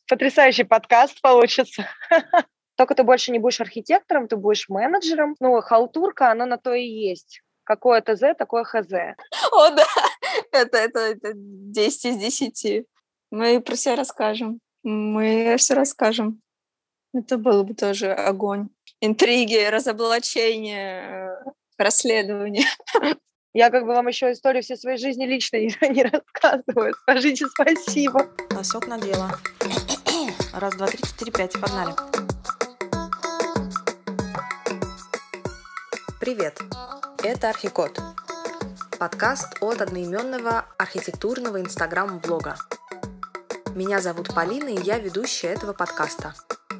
Потрясающий подкаст получится. Только ты больше не будешь архитектором, ты будешь менеджером. Ну, халтурка, она на то и есть. Какое ТЗ, такое ХЗ. О, да, это 10 из 10. Мы про себя расскажем. Мы все расскажем. Это был бы тоже огонь. Интриги, разоблачения, расследования. Я как бы вам еще историю всей своей жизни лично не рассказываю. Скажите спасибо. Носок надела. Раз, два, три, четыре, пять. Погнали. Привет. Это Архикод. Подкаст от одноименного архитектурного инстаграм-блога. Меня зовут Полина, и я ведущая этого подкаста.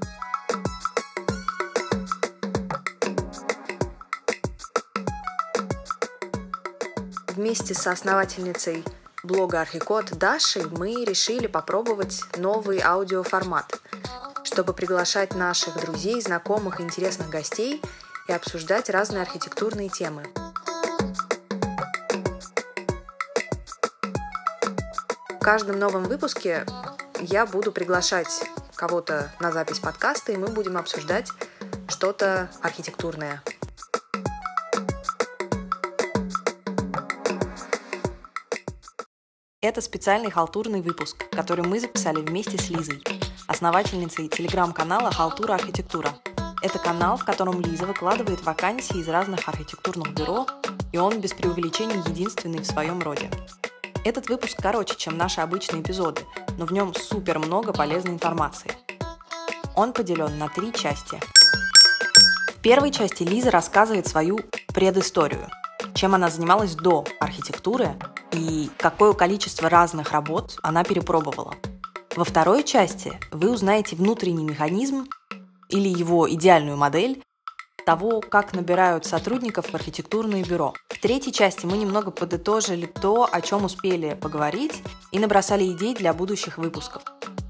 Вместе с основательницей блога Архикод Дашей мы решили попробовать новый аудиоформат, чтобы приглашать наших друзей, знакомых и интересных гостей и обсуждать разные архитектурные темы. В каждом новом выпуске я буду приглашать кого-то на запись подкаста, и мы будем обсуждать что-то архитектурное. Это специальный халтурный выпуск, который мы записали вместе с Лизой, основательницей телеграм-канала «Халтура Архитектура». Это канал, в котором Лиза выкладывает вакансии из разных архитектурных бюро, и он без преувеличений единственный в своем роде. Этот выпуск короче, чем наши обычные эпизоды, но в нем супер много полезной информации. Он поделен на 3 части. В первой части Лиза рассказывает свою предысторию, чем она занималась до архитектуры и какое количество разных работ она перепробовала. Во второй части вы узнаете внутренний механизм или его идеальную модель того, как набирают сотрудников в архитектурные бюро. В третьей части мы немного подытожили то, о чем успели поговорить, и набросали идей для будущих выпусков.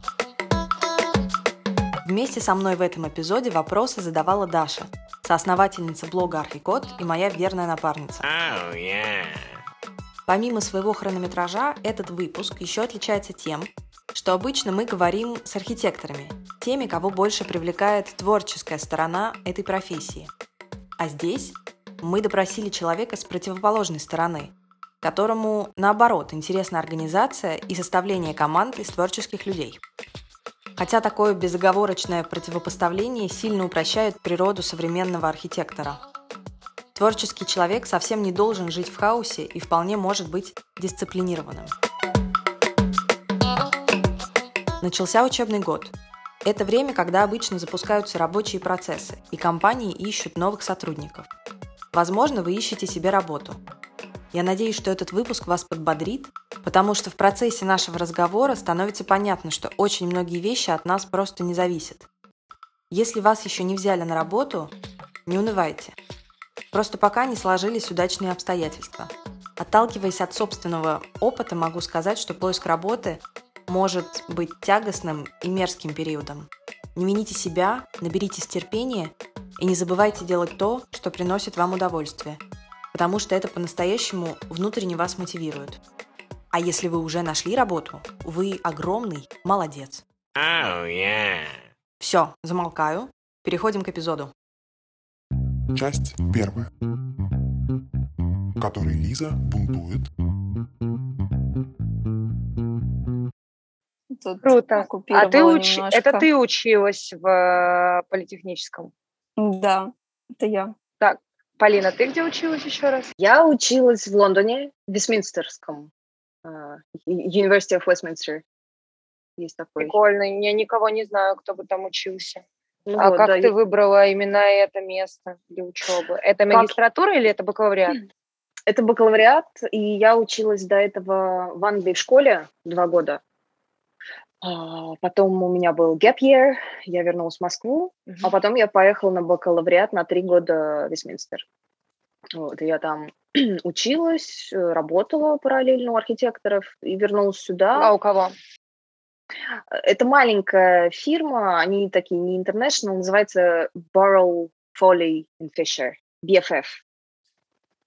Вместе со мной в этом эпизоде вопросы задавала Даша, соосновательница блога Архикод и моя верная напарница. Oh, yeah. Помимо своего хронометража, этот выпуск еще отличается тем, что обычно мы говорим с архитекторами, теми, кого больше привлекает творческая сторона этой профессии. А здесь мы допросили человека с противоположной стороны, которому, наоборот, интересна организация и составление команд из творческих людей. Хотя такое безоговорочное противопоставление сильно упрощает природу современного архитектора. Творческий человек совсем не должен жить в хаосе и вполне может быть дисциплинированным. Начался учебный год. Это время, когда обычно запускаются рабочие процессы, и компании ищут новых сотрудников. Возможно, вы ищете себе работу. Я надеюсь, что этот выпуск вас подбодрит, потому что в процессе нашего разговора становится понятно, что очень многие вещи от нас просто не зависят. Если вас еще не взяли на работу, не унывайте. Просто пока не сложились удачные обстоятельства. Отталкиваясь от собственного опыта, могу сказать, что поиск работы может быть тягостным и мерзким периодом. Не вините себя, наберитесь терпения и не забывайте делать то, что приносит вам удовольствие, потому что это по-настоящему внутренне вас мотивирует. А если вы уже нашли работу, вы огромный молодец. Oh, yeah. Все, замолкаю. Переходим к эпизоду. Часть первая, в которой Лиза бунтует. Тут Круто. А оккупировала немножко. Это ты училась в политехническом? Да, это я. Так, Полина, ты где училась еще раз? Я училась в Лондоне, в Вестминстерском. University of Westminster. Есть такой. Прикольно. Я никого не знаю, кто бы там учился. Ну а вот, как ты выбрала именно это место для учебы? Это магистратура или это бакалавриат? Это бакалавриат, и я училась до этого в Англии в школе 2 года. Потом у меня был gap year, я вернулась в Москву, а потом я поехала на бакалавриат на 3 года в Вестминстер. Вот, и я там училась, работала параллельно у архитекторов и вернулась сюда. А у кого? Это маленькая фирма, они такие не international, называется Burrell, Foley and Fisher, BFF.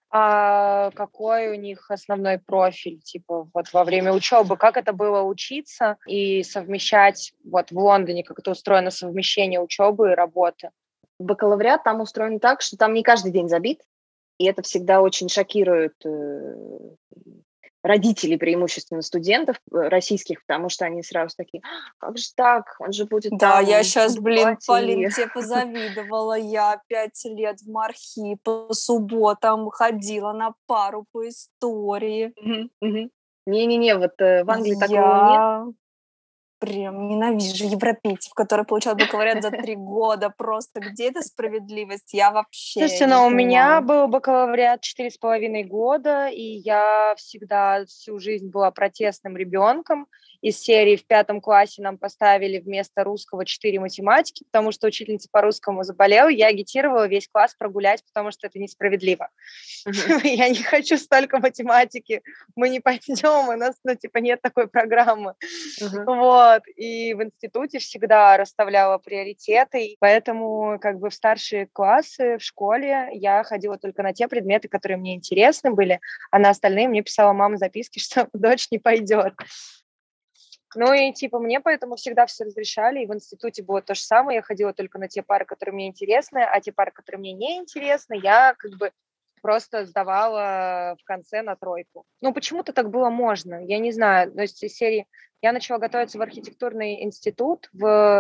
А какой у них основной профиль, типа, вот во время учебы? Как это было учиться и совмещать, вот в Лондоне, как это устроено, совмещение учебы и работы? Бакалавриат там устроен так, что там не каждый день забит, и это всегда очень шокирует родителей, преимущественно студентов российских, потому что они сразу такие: как же так, он же будет Да, там я сейчас, убивать Полин, и... тебе позавидовала. Я 5 лет в Мархи по субботам ходила на пару по истории. Не-не-не, вот в Англии такого нет. Я прям ненавижу европейцев, которые получают бакалавриат за 3 года. Просто где эта справедливость? Я вообще Слушайте, не но у меня понимаю. был бакалавриат 4,5 года, и я всегда всю жизнь была протестным ребенком. Из серии в 5 классе нам поставили вместо русского 4 математики, потому что учительница по русскому заболела. Я агитировала весь класс прогулять, потому что это несправедливо. Я не хочу столько математики, мы не пойдем, у нас, нет такой программы. Вот, и в институте всегда расставляла приоритеты, и поэтому как бы в старшие классы в школе я ходила только на те предметы, которые мне интересны были, а на остальные мне писала мама записки, что дочь не пойдет. Ну и типа мне поэтому всегда все разрешали, и в институте было то же самое, я ходила только на те пары, которые мне интересны, а те пары, которые мне не интересны, я как бы просто сдавала в конце на 3. Ну, почему-то так было можно, я не знаю. То есть из серии я начала готовиться в архитектурный институт,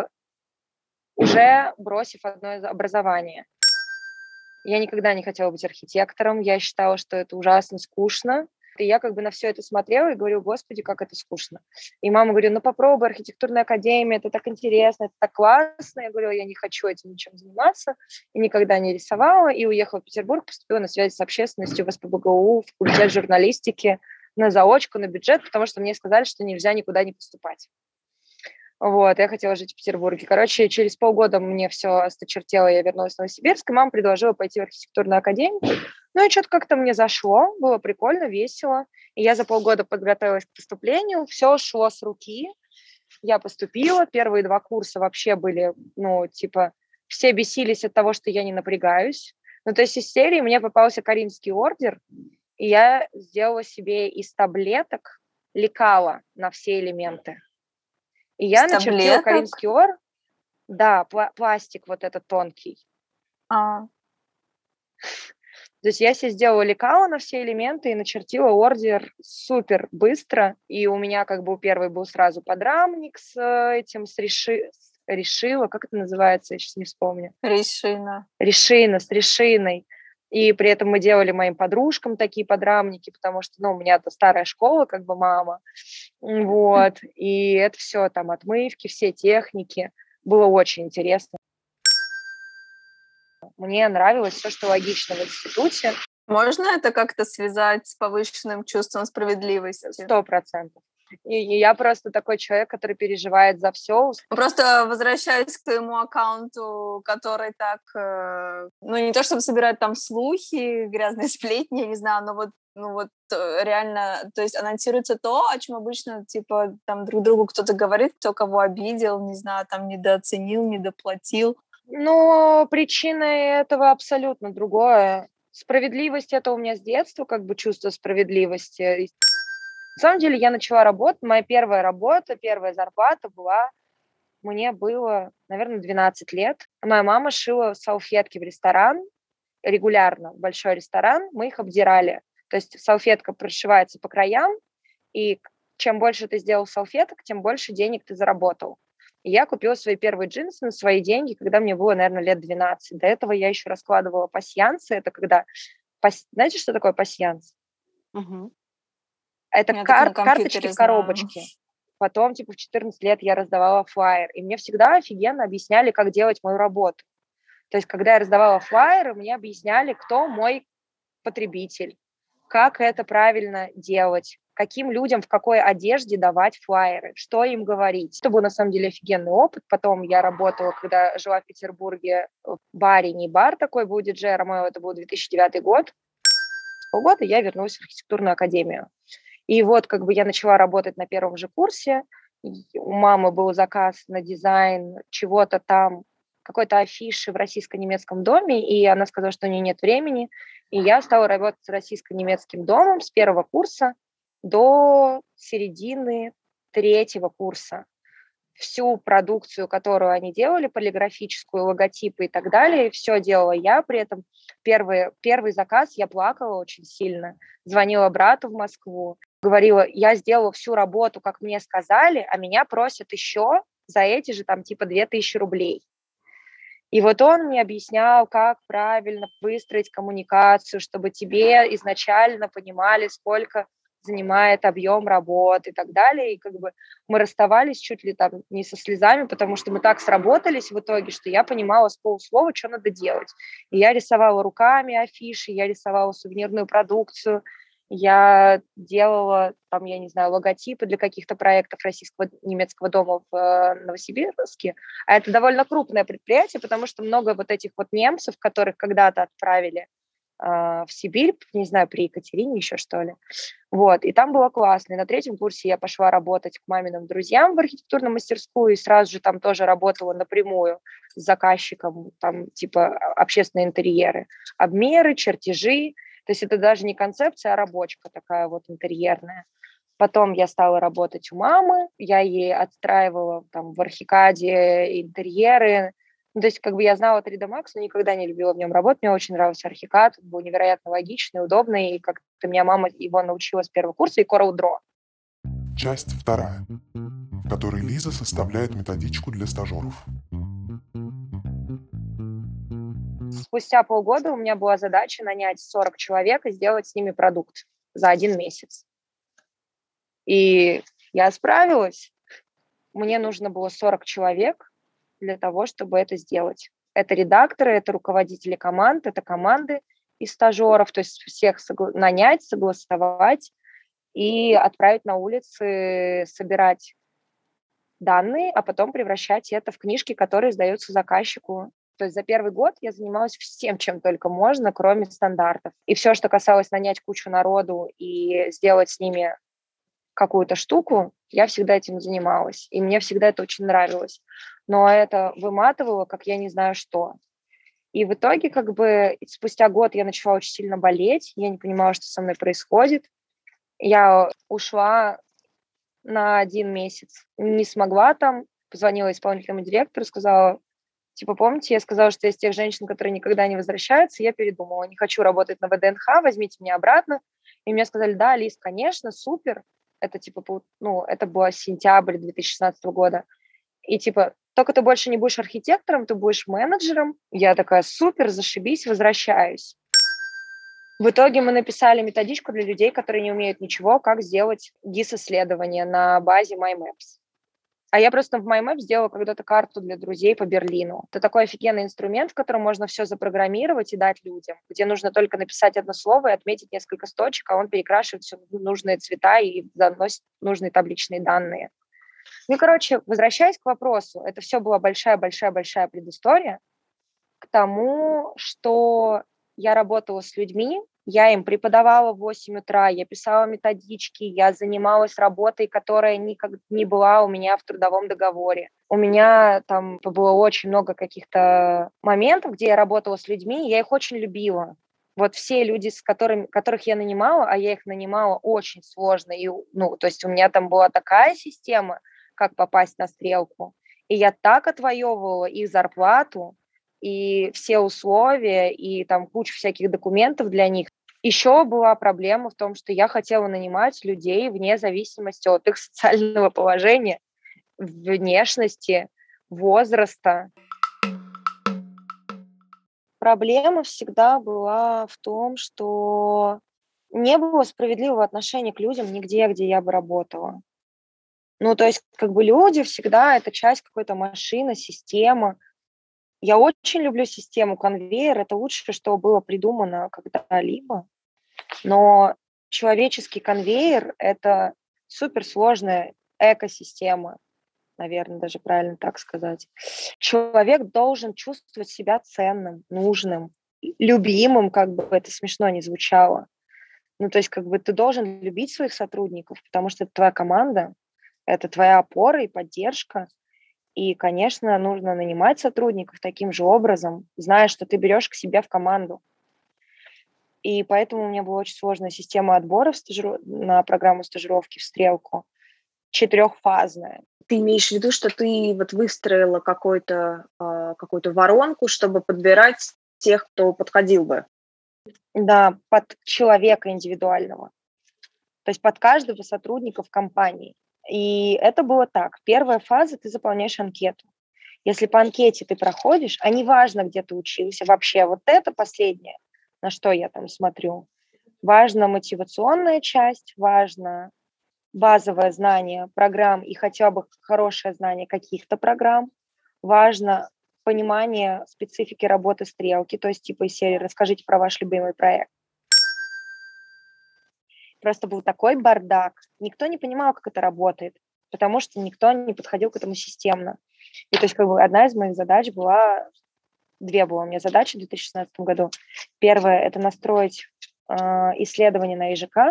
уже бросив одно из образования. Я никогда не хотела быть архитектором, я считала, что это ужасно скучно. И я как бы на все это смотрела и говорю: господи, как это скучно. И мама говорит: ну попробуй, архитектурная академия, это так интересно, это так классно. Я говорю: я не хочу этим ничем заниматься. И никогда не рисовала. И уехала в Петербург, поступила на связи с общественностью в СПбГУ, в факультет журналистики, на заочку, на бюджет, потому что мне сказали, что нельзя никуда не поступать. Вот, я хотела жить в Петербурге. Короче, через полгода мне все осточертело, я вернулась в Новосибирск, и мама предложила пойти в архитектурную академию. Ну и что-то как-то мне зашло, было прикольно, весело. И я за полгода подготовилась к поступлению, все шло с руки. Я поступила, первые 2 курса вообще были, все бесились от того, что я не напрягаюсь. Ну, то есть из серии мне попался Каримский ордер, и я сделала себе из таблеток лекала на все элементы. И я начертила Каримский ордер. Да, пластик вот этот тонкий. То есть я себе сделала лекало на все элементы и начертила ордер супер быстро. И у меня как бы первый был сразу подрамник с этим, решила, как это называется, я сейчас не вспомню. Решина, с решиной. И при этом мы делали моим подружкам такие подрамники, потому что, у меня это старая школа, как бы мама. Вот. И это все там отмывки, все техники. Было очень интересно. Мне нравилось все, что логично в институте. Можно это как-то связать с повышенным чувством справедливости? 100%. И я просто такой человек, который переживает за все. Просто возвращаясь к твоему аккаунту, который так, не то чтобы собирать там слухи, грязные сплетни, я не знаю, но вот реально, то есть анонсируется то, о чем обычно, типа, там друг другу кто-то говорит, кто кого обидел, не знаю, там недооценил, недоплатил. Но причина этого абсолютно другое. Справедливость – это у меня с детства, как бы чувство справедливости. На самом деле я начала работать, моя первая работа, первая зарплата мне было, наверное, 12 лет. Моя мама шила салфетки в ресторан, регулярно, в большой ресторан, мы их обдирали. То есть салфетка прошивается по краям, и чем больше ты сделал салфеток, тем больше денег ты заработал. И я купила свои первые джинсы на свои деньги, когда мне было, наверное, лет 12. До этого я еще раскладывала пасьянсы. Это когда... Знаете, что такое пасьянс? Угу. Это карточки в коробочке. Потом, в 14 лет я раздавала флаер. И мне всегда офигенно объясняли, как делать мою работу. То есть, когда я раздавала флаеры, мне объясняли, кто мой потребитель, как это правильно делать, каким людям в какой одежде давать флаеры, что им говорить. Это был, на самом деле, офигенный опыт. Потом я работала, когда жила в Петербурге, в баре, не бар такой был, диджей Ромео, это был 2009 год. С полгода я вернулась в архитектурную академию. И вот как бы я начала работать на первом же курсе. У мамы был заказ на дизайн чего-то там, какой-то афиши в российско-немецком доме, и она сказала, что у нее нет времени. И я стала работать с российско-немецким домом с первого курса до середины третьего курса. Всю продукцию, которую они делали, полиграфическую, логотипы и так далее, все делала я. При этом первый заказ я плакала очень сильно. Звонила брату в Москву, говорила, я сделала всю работу, как мне сказали, а меня просят еще за эти же там типа 2000 рублей. И вот он мне объяснял, как правильно выстроить коммуникацию, чтобы тебе изначально понимали, сколько занимает объем работы и так далее. И как бы мы расставались чуть ли там не со слезами, потому что мы так сработались в итоге, что я понимала с полуслова, что надо делать. И я рисовала руками афиши, я рисовала сувенирную продукцию, я делала, там, я не знаю, логотипы для каких-то проектов российского немецкого дома в Новосибирске. А это довольно крупное предприятие, потому что много вот этих вот немцев, которых когда-то отправили в Сибирь, не знаю, при Екатерине еще, что ли. Вот, и там было классно. И на третьем курсе я пошла работать к маминым друзьям в архитектурную мастерскую, и сразу же там тоже работала напрямую с заказчиком, там типа общественные интерьеры, обмеры, чертежи. То есть это даже не концепция, а рабочка такая вот интерьерная. Потом я стала работать у мамы, я ей отстраивала там в Архикаде интерьеры. Ну, то есть как бы я знала 3D Max, но никогда не любила в нем работать. Мне очень нравился Архикад, он был невероятно логичный, удобный, и как-то меня мама его научила с первого курса, и Corel Draw. Часть вторая, в которой Лиза составляет методичку для стажеров. Спустя полгода у меня была задача нанять 40 человек и сделать с ними продукт за 1 месяц. И я справилась. Мне нужно было 40 человек для того, чтобы это сделать. Это редакторы, это руководители команд, это команды из стажеров, то есть всех нанять, согласовать и отправить на улицы, собирать данные, а потом превращать это в книжки, которые сдаются заказчику. То есть за первый год я занималась всем, чем только можно, кроме стандартов. И все, что касалось нанять кучу народу и сделать с ними какую-то штуку, я всегда этим занималась. И мне всегда это очень нравилось. Но это выматывало, как я не знаю что. И в итоге как бы спустя год я начала очень сильно болеть. Я не понимала, что со мной происходит. Я ушла на 1 месяц. Не смогла там. Позвонила исполнительному директору, сказала, типа, помните, я сказала, что я из тех женщин, которые никогда не возвращаются. Я передумала. Не хочу работать на ВДНХ, возьмите меня обратно. И мне сказали, да, Лиз, конечно, супер. Это типа, ну, это было сентябрь 2016 года. И типа, только ты больше не будешь архитектором, ты будешь менеджером. Я такая, супер, зашибись, возвращаюсь. В итоге мы написали методичку для людей, которые не умеют ничего, как сделать GIS-исследование на базе MyMaps. А я просто в MyMaps сделала когда-то карту для друзей по Берлину. Это такой офигенный инструмент, в котором можно все запрограммировать и дать людям, где нужно только написать одно слово и отметить несколько строчек, а он перекрашивает все в нужные цвета и заносит нужные табличные данные. Ну и, короче, возвращаясь к вопросу, это все была большая-большая-большая предыстория к тому, что я работала с людьми, я им преподавала в 8 утра, я писала методички, я занималась работой, которая никак не была у меня в трудовом договоре. У меня там было очень много каких-то моментов, где я работала с людьми, и я их очень любила. Вот все люди, которых я нанимала, а я их нанимала очень сложно, и, ну, то есть у меня там была такая система, как попасть на стрелку, и я так отвоевывала их зарплату, и все условия, и там куча всяких документов для них. Еще была проблема в том, что я хотела нанимать людей вне зависимости от их социального положения, внешности, возраста. Проблема всегда была в том, что не было справедливого отношения к людям нигде, где я бы работала. Ну, то есть как бы люди всегда это часть какой-то машины, системы. Я очень люблю систему конвейер, это лучшее, что было придумано когда-либо. Но человеческий конвейер – это суперсложная экосистема, наверное, даже правильно так сказать. Человек должен чувствовать себя ценным, нужным, любимым, как бы это смешно ни звучало. Ну, то есть как бы ты должен любить своих сотрудников, потому что это твоя команда, это твоя опора и поддержка. И, конечно, нужно нанимать сотрудников таким же образом, зная, что ты берешь к себе в команду. И поэтому у меня была очень сложная система отбора на программу стажировки в «Стрелку», 4-фазная. Ты имеешь в виду, что ты вот выстроила какую-то воронку, чтобы подбирать тех, кто подходил бы? Да, под человека индивидуального. То есть под каждого сотрудника в компании. И это было так. Первая фаза – ты заполняешь анкету. Если по анкете ты проходишь, а неважно, где ты учился, вообще вот это последнее, на что я там смотрю. Важна мотивационная часть, важно базовое знание программ и хотя бы хорошее знание каких-то программ. Важно понимание специфики работы «Стрелки», то есть типа из серии «Расскажите про ваш любимый проект». Просто был такой бардак. Никто не понимал, как это работает, потому что никто не подходил к этому системно. И то есть как бы одна из моих задач была, две было у меня задачи в 2016 году. Первое – это настроить исследование на ИЖК,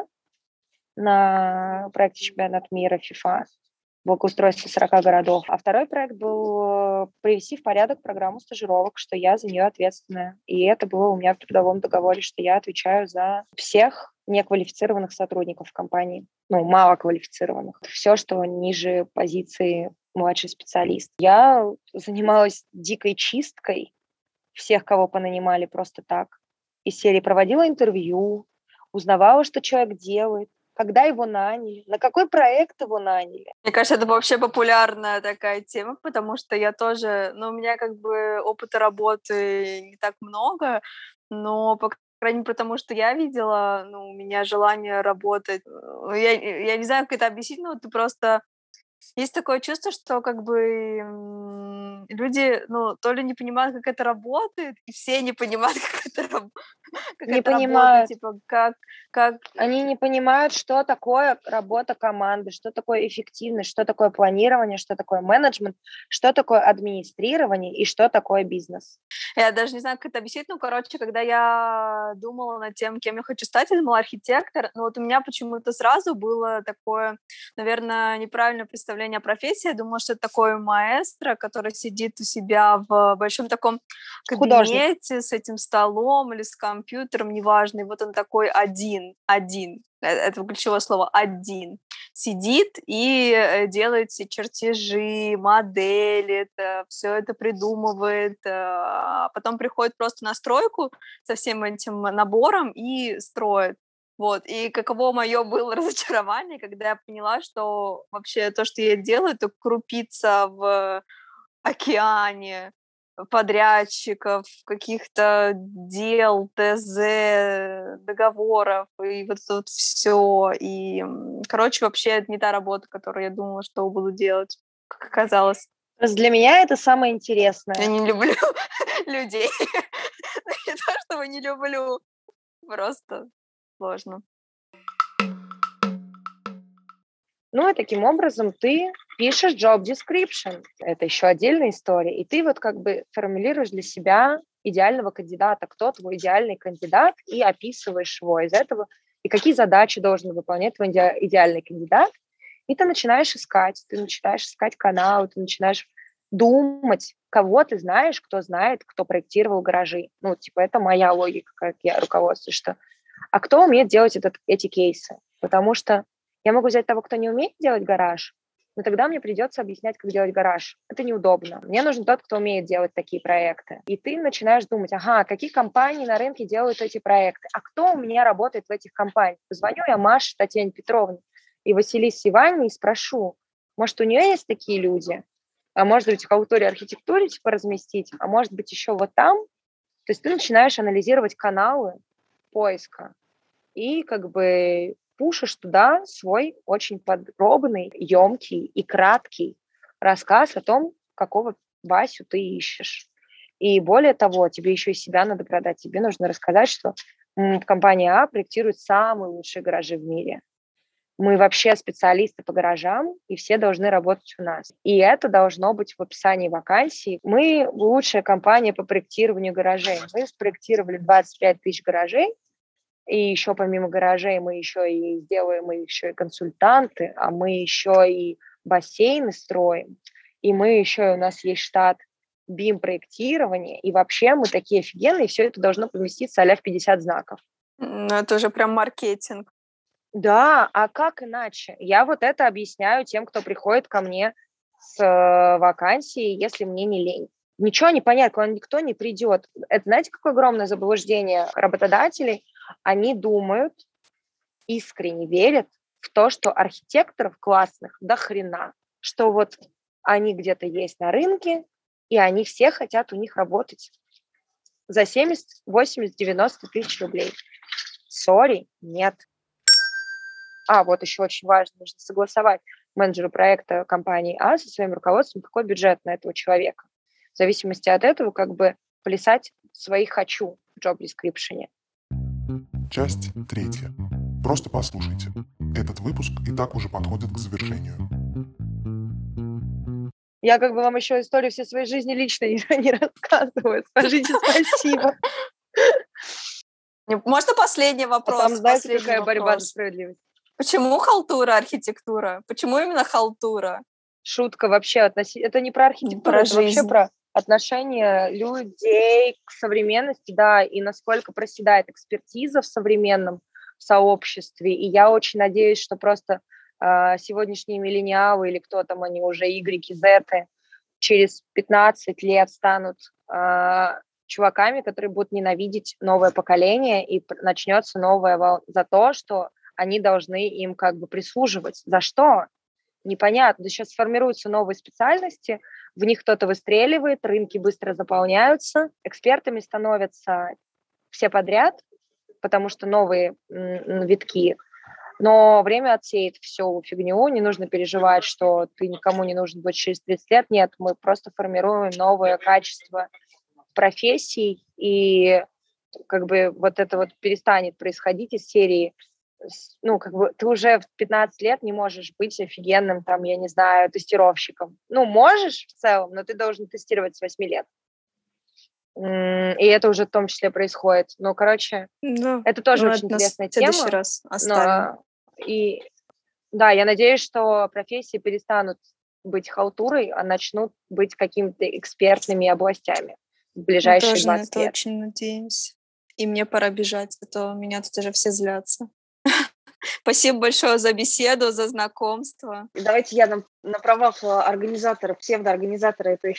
на проекте чемпионата мира FIFA, благоустройство 40 городов. А второй проект был привести в порядок программу стажировок, что я за нее ответственная. И это было у меня в трудовом договоре, что я отвечаю за всех неквалифицированных сотрудников в компании, малоквалифицированных. Все, что ниже позиции младший специалист. Я занималась дикой чисткой всех, кого понанимали просто так. Из серии проводила интервью, узнавала, что человек делает, когда его наняли, на какой проект его наняли. Мне кажется, это вообще популярная такая тема, потому что я тоже, у меня как бы опыта работы не так много, но, по крайней мере, потому что я видела, у меня желание работать. Я не знаю, как это объяснить, но ты просто... Есть такое чувство, что как бы люди, то ли не понимают, как это работает, и все не понимают, как это Не это работает, понимают. типа, как... Они не понимают, что такое работа команды, что такое эффективность, что такое планирование, что такое менеджмент, что такое администрирование и что такое бизнес. Я даже не знаю, как это объяснить, когда я думала над тем, кем я хочу стать, я думала архитектор, но вот у меня почему-то сразу было такое, наверное, неправильное представление о профессии. Я думала, что это такой маэстро, который сидит у себя в большом таком кабинете с этим столом или с компьютером, неважно, и вот он такой один, это ключевое слово «один», сидит и делает все чертежи, модели, все это придумывает, а потом приходит просто на стройку со всем этим набором и строит. Вот. И каково мое было разочарование, когда я поняла, что вообще то, что я делаю, это крупица в океане подрядчиков, каких-то дел, ТЗ, договоров, и вот тут все. И, короче, вообще это не та работа, которую я думала, что буду делать, как оказалось. Для меня это самое интересное. Я не люблю людей. Не то, чтобы не люблю, просто сложно. И таким образом ты пишешь job description. Это еще отдельная история. И ты вот как бы формулируешь для себя идеального кандидата, кто твой идеальный кандидат, и описываешь его из этого, и какие задачи должен выполнять твой идеальный кандидат. И ты начинаешь искать каналы, ты начинаешь думать, кого ты знаешь, кто знает, кто проектировал гаражи. Это моя логика, как я руководствуюсь, что а кто умеет делать эти кейсы? Потому что я могу взять того, кто не умеет делать гараж, но тогда мне придется объяснять, как делать гараж. Это неудобно. Мне нужен тот, кто умеет делать такие проекты. И ты начинаешь думать, какие компании на рынке делают эти проекты, а кто у меня работает в этих компаниях? Позвоню я Маше Татьяне Петровне и Василисе Ивановне и спрошу, может, у нее есть такие люди? А может быть, в аудитории архитектуры разместить? А может быть, еще вот там? То есть ты начинаешь анализировать каналы поиска и как бы пушишь туда свой очень подробный, емкий и краткий рассказ о том, какого Васю ты ищешь. И более того, тебе еще и себя надо продать. Тебе нужно рассказать, что компания А проектирует самые лучшие гаражи в мире. Мы вообще специалисты по гаражам, и все должны работать у нас. И это должно быть в описании вакансии. Мы лучшая компания по проектированию гаражей. Мы спроектировали 25 тысяч гаражей, и еще помимо гаражей мы еще и сделаем, мы еще и консультанты, а мы еще и бассейны строим, и мы еще, у нас есть штат BIM-проектирования, и вообще мы такие офигенные, и все это должно поместиться а-ля в 50 знаков. Ну, это уже прям маркетинг. Да, а как иначе? Я вот это объясняю тем, кто приходит ко мне с вакансией, если мне не лень. Ничего не понятно, никто не придет. Это, знаете, какое огромное заблуждение работодателей? Они думают, искренне верят в то, что архитекторов классных до хрена, что вот они где-то есть на рынке, и они все хотят у них работать за 70, 80, 90 тысяч рублей. Сори, нет. Вот еще очень важно, нужно согласовать менеджеру проекта компании А со своим руководством, какой бюджет на этого человека. В зависимости от этого как бы плясать свои «хочу» в job description. Часть 3. Просто послушайте. Этот выпуск и так уже подходит к завершению. Я как бы вам еще историю всей своей жизни лично не рассказываю. Скажите спасибо. Можно последний вопрос? Там знаете, какая борьба за справедливость? Почему халтура архитектура? Почему именно халтура? Шутка вообще. Это не про архитектуру, это вообще про отношение людей к современности, да, и насколько проседает экспертиза в современном сообществе. И я очень надеюсь, что просто сегодняшние миллениалы или кто там они уже, Y, Z, через 15 лет станут чуваками, которые будут ненавидеть новое поколение, и начнется новая волна за то, что они должны им как бы прислуживать. За что? Непонятно. Сейчас формируются новые специальности, в них кто-то выстреливает, рынки быстро заполняются, экспертами становятся все подряд, потому что новые витки. Но время отсеет всю фигню, не нужно переживать, что ты никому не нужен будет через 30 лет. Нет, мы просто формируем новое качество профессий, и как бы вот это вот перестанет происходить из серии, ну, как бы ты уже в 15 лет не можешь быть офигенным, там, я не знаю, тестировщиком. Ну, можешь в целом, но ты должен тестировать с 8 лет. И это уже в том числе происходит. Ну, короче, да. Это тоже очень интересная тема. В следующий раз оставим. И да, я надеюсь, что профессии перестанут быть халтурой, а начнут быть какими-то экспертными областями в ближайшие 20 лет. Мы тоже на это очень надеемся. И мне пора бежать, а то меня тут уже все злятся. Спасибо большое за беседу, за знакомство. Давайте я на правах организатора, псевдоорганизатора этой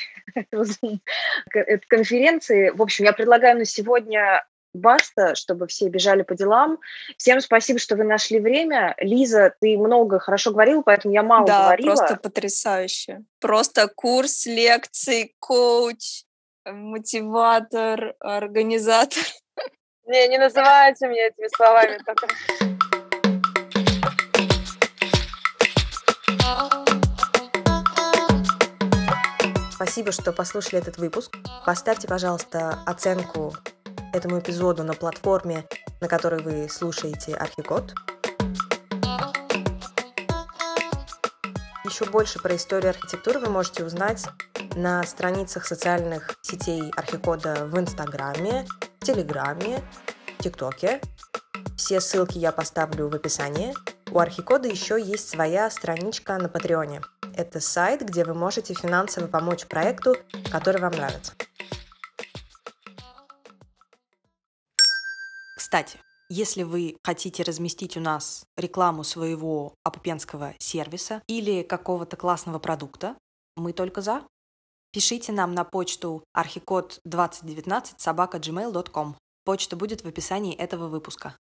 конференции. В общем, я предлагаю на сегодня баста, чтобы все бежали по делам. Всем спасибо, что вы нашли время. Лиза, ты много хорошо говорила, поэтому я мало говорила. Да, просто потрясающе. Просто курс, лекции, коуч, мотиватор, организатор. Не называйте меня этими словами только. Спасибо, что послушали этот выпуск. Поставьте, пожалуйста, оценку этому эпизоду на платформе, на которой вы слушаете Архикод. Еще больше про историю архитектуры вы можете узнать на страницах социальных сетей Архикода в Инстаграме, Телеграме, ТикТоке. Все ссылки я поставлю в описании. У Архикода еще есть своя страничка на Патреоне. Это сайт, где вы можете финансово помочь проекту, который вам нравится. Кстати, если вы хотите разместить у нас рекламу своего опупенского сервиса или какого-то классного продукта, мы только за. Пишите нам на почту archicod2019@gmail.com. Почта будет в описании этого выпуска.